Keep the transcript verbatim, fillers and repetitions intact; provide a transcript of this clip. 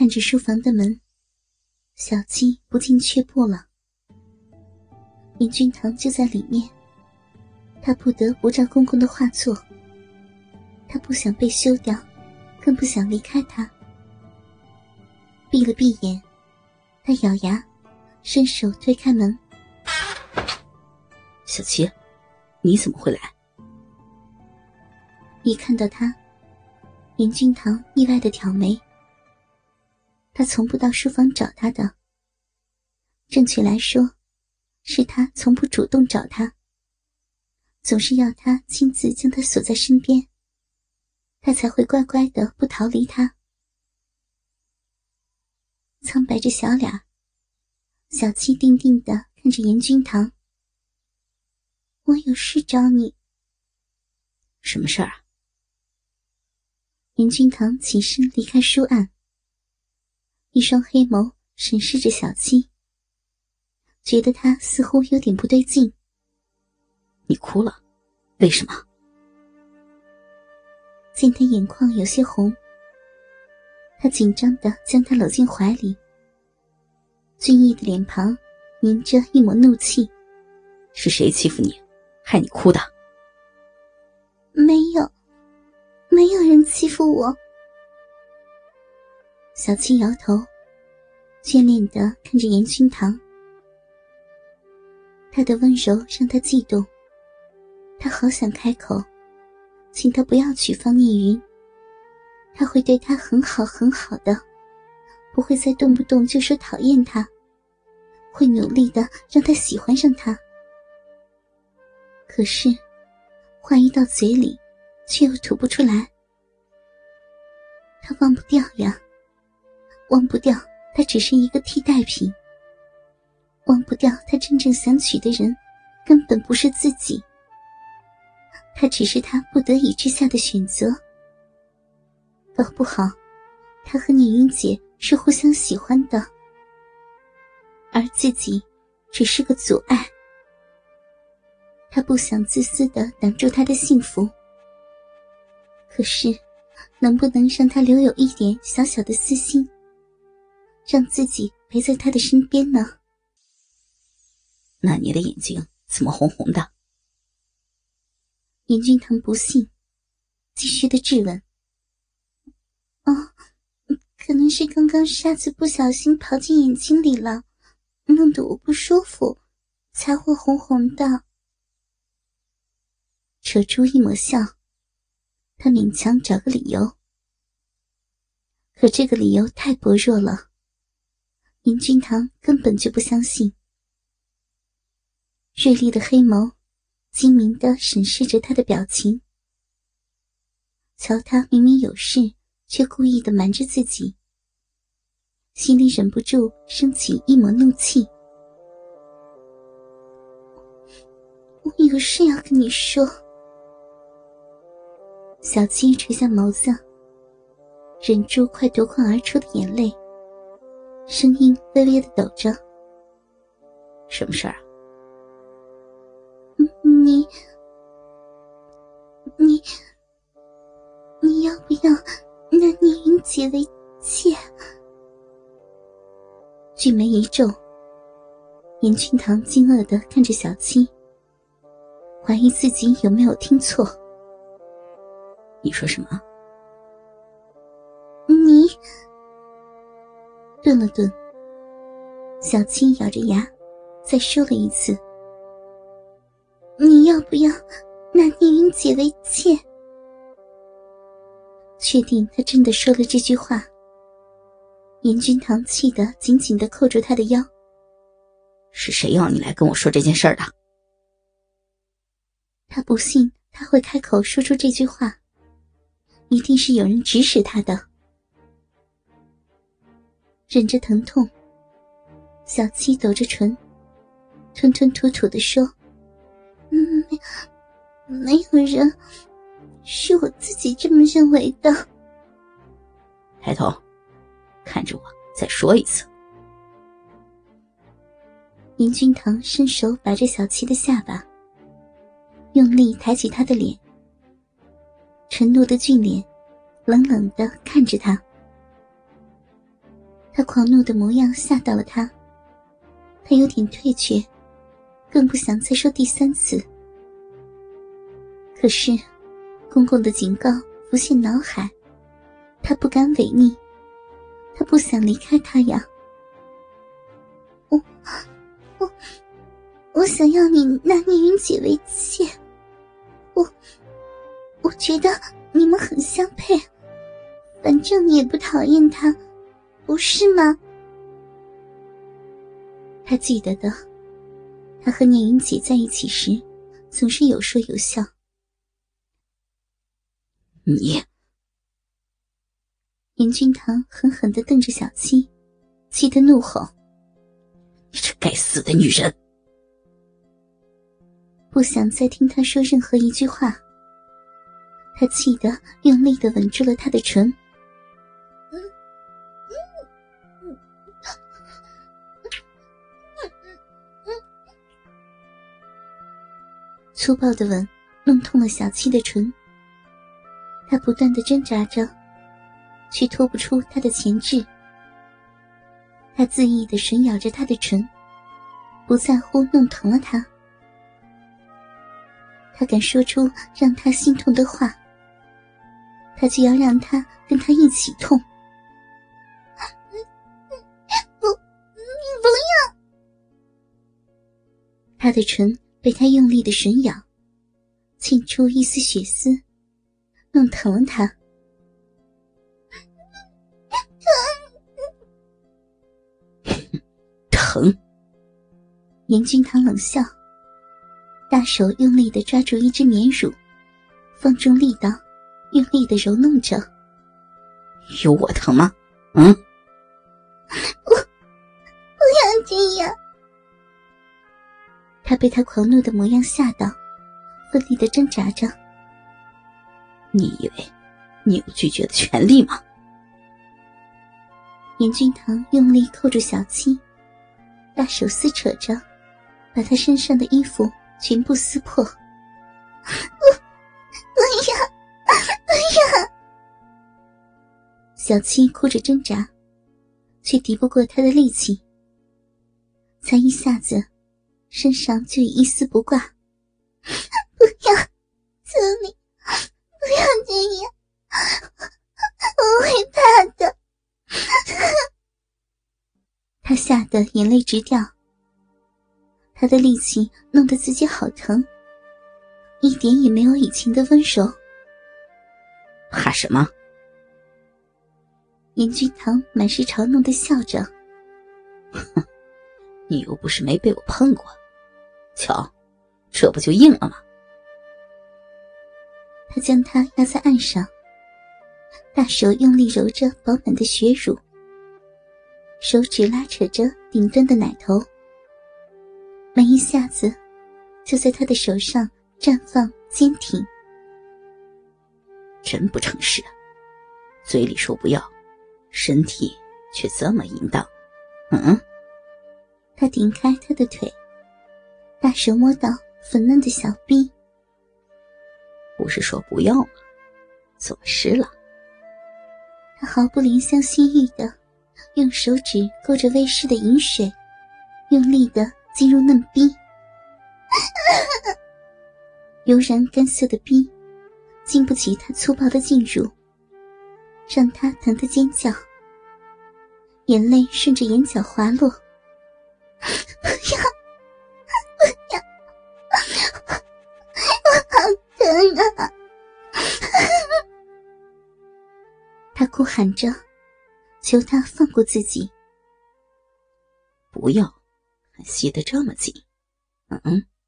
看着书房的门，小七不禁却步了。严君堂就在里面，他不得不照公公的话做。他不想被休掉，更不想离开他。闭了闭眼，他咬牙，伸手推开门。 小七，你怎么会来？ 一看到他，严君堂意外地挑眉。他从不到书房找他的，正确来说，是他从不主动找他，总是要他亲自将他锁在身边，他才会乖乖地不逃离他。苍白着小脸，小七定定地看着严君堂。我有事找你。 什么事儿啊？ 严君堂起身离开书案，一双黑眸审视着小七，觉得他似乎有点不对劲。 你哭了，为什么？ 见他眼眶有些红，他紧张地将他搂进怀里，俊逸的脸庞凝着一抹怒气。 是谁欺负你，害你哭的？ 没有，没有人欺负我。小七摇头，眷恋地看着严君堂。他的温柔让他悸动，他好想开口，请他不要娶方念云，他会对他很好很好的，不会再动不动就说讨厌他，会努力的让他喜欢上他。可是话一到嘴里，却又吐不出来。他忘不掉呀，忘不掉他只是一个替代品，忘不掉他真正想娶的人根本不是自己，他只是他不得已之下的选择。搞不好他和聂云姐是互相喜欢的，而自己只是个阻碍。他不想自私地挡住他的幸福，可是能不能让他留有一点小小的私心，让自己陪在他的身边呢？ 那你的眼睛怎么红红的？ 严君堂不信，继续的质问。哦，可能是刚刚沙子不小心跑进眼睛里了，弄得我不舒服，才会红红的。扯出一抹笑，他勉强找个理由，可这个理由太薄弱了，严君堂根本就不相信。锐利的黑眸精明地审视着他的表情，瞧他明明有事，却故意地瞒着自己，心里忍不住升起一抹怒气。我有事要跟你说。小七垂下眸子，忍住快夺眶而出的眼泪，声音微微地抖着。 什么事儿啊？ 你你你要不要拿聂云姐为妾？俊眉一皱，严君堂惊愕地看着小七，怀疑自己有没有听错。 你说什么？ 你……顿了顿，小七咬着牙再说了一次。你要不要拿聂云姐为妾？确定他真的说了这句话，严君堂气得紧紧地扣住他的腰。 是谁要你来跟我说这件事儿的？ 他不信他会开口说出这句话，一定是有人指使他的。忍着疼痛，小七抖着唇，吞吞吐吐地说：嗯，没没有人，是我自己这么认为的。 抬头看着我再说一次。 严君堂伸手把着小七的下巴，用力抬起他的脸，沉怒的俊脸冷冷地看着他。 他狂怒的模样吓到了他，他有点退却，更不想再说第三次。可是公公的警告浮现脑海，他不敢违逆，他不想离开他呀。我我我想要你拿聂云姐为妾，我我觉得你们很相配，反正你也不讨厌他，不是吗？他记得的，他和聂云姐在一起时总是有说有笑。 你， 严君堂狠狠地瞪着小七，气得怒吼： 你这该死的女人！ 不想再听他说任何一句话，他气得用力地吻住了他的唇。粗暴的吻弄痛了小七的唇，他不断地挣扎着，却脱不出他的钳制。他恣意地吮咬着他的唇，不在乎弄疼了他。他敢说出让他心痛的话，他就要让他跟他一起痛。不，不要！他的唇被他用力的吮咬，沁出一丝血丝，弄疼了他。 疼！ 严君堂冷笑，大手用力地抓住一只绵乳，放重力道，用力地揉弄着。 有我疼吗？嗯？ 不，不要这样！他被他狂怒的模样吓到，奋力地挣扎着。 你以为你有拒绝的权利吗？ 严君堂用力扣住小七，大手撕扯着，把他身上的衣服全部撕破。不，不要，不要！小七哭着挣扎，却敌不过他的力气，才一下子身上就已一丝不挂。不要，求你，不要这样，我会怕的。他吓得眼泪直掉，他的力气弄得自己好疼，一点也没有以前的温柔。 怕什么？ 严君堂满是嘲弄地笑着。 哼，你又不是没被我碰过，瞧，这不就硬了吗？ 他将他压在岸上，大手用力揉着饱满的血乳，手指拉扯着顶端的奶头，每一下子就在他的手上绽放坚挺。 真不诚实啊，嘴里说不要，身体却这么淫荡。嗯？ 他顶开他的腿，大手摸到粉嫩的小臂。 不是说不要吗？怎么湿了？ 他毫不怜香惜玉的用手指勾着微湿的饮水，用力的进入嫩逼。油然干涩的逼经不起他粗暴的进入，让他疼得尖叫，眼泪顺着眼角滑落。不要，不要，我好疼啊！他哭喊着，求他放过自己。 不要，还吸得这么紧。嗯。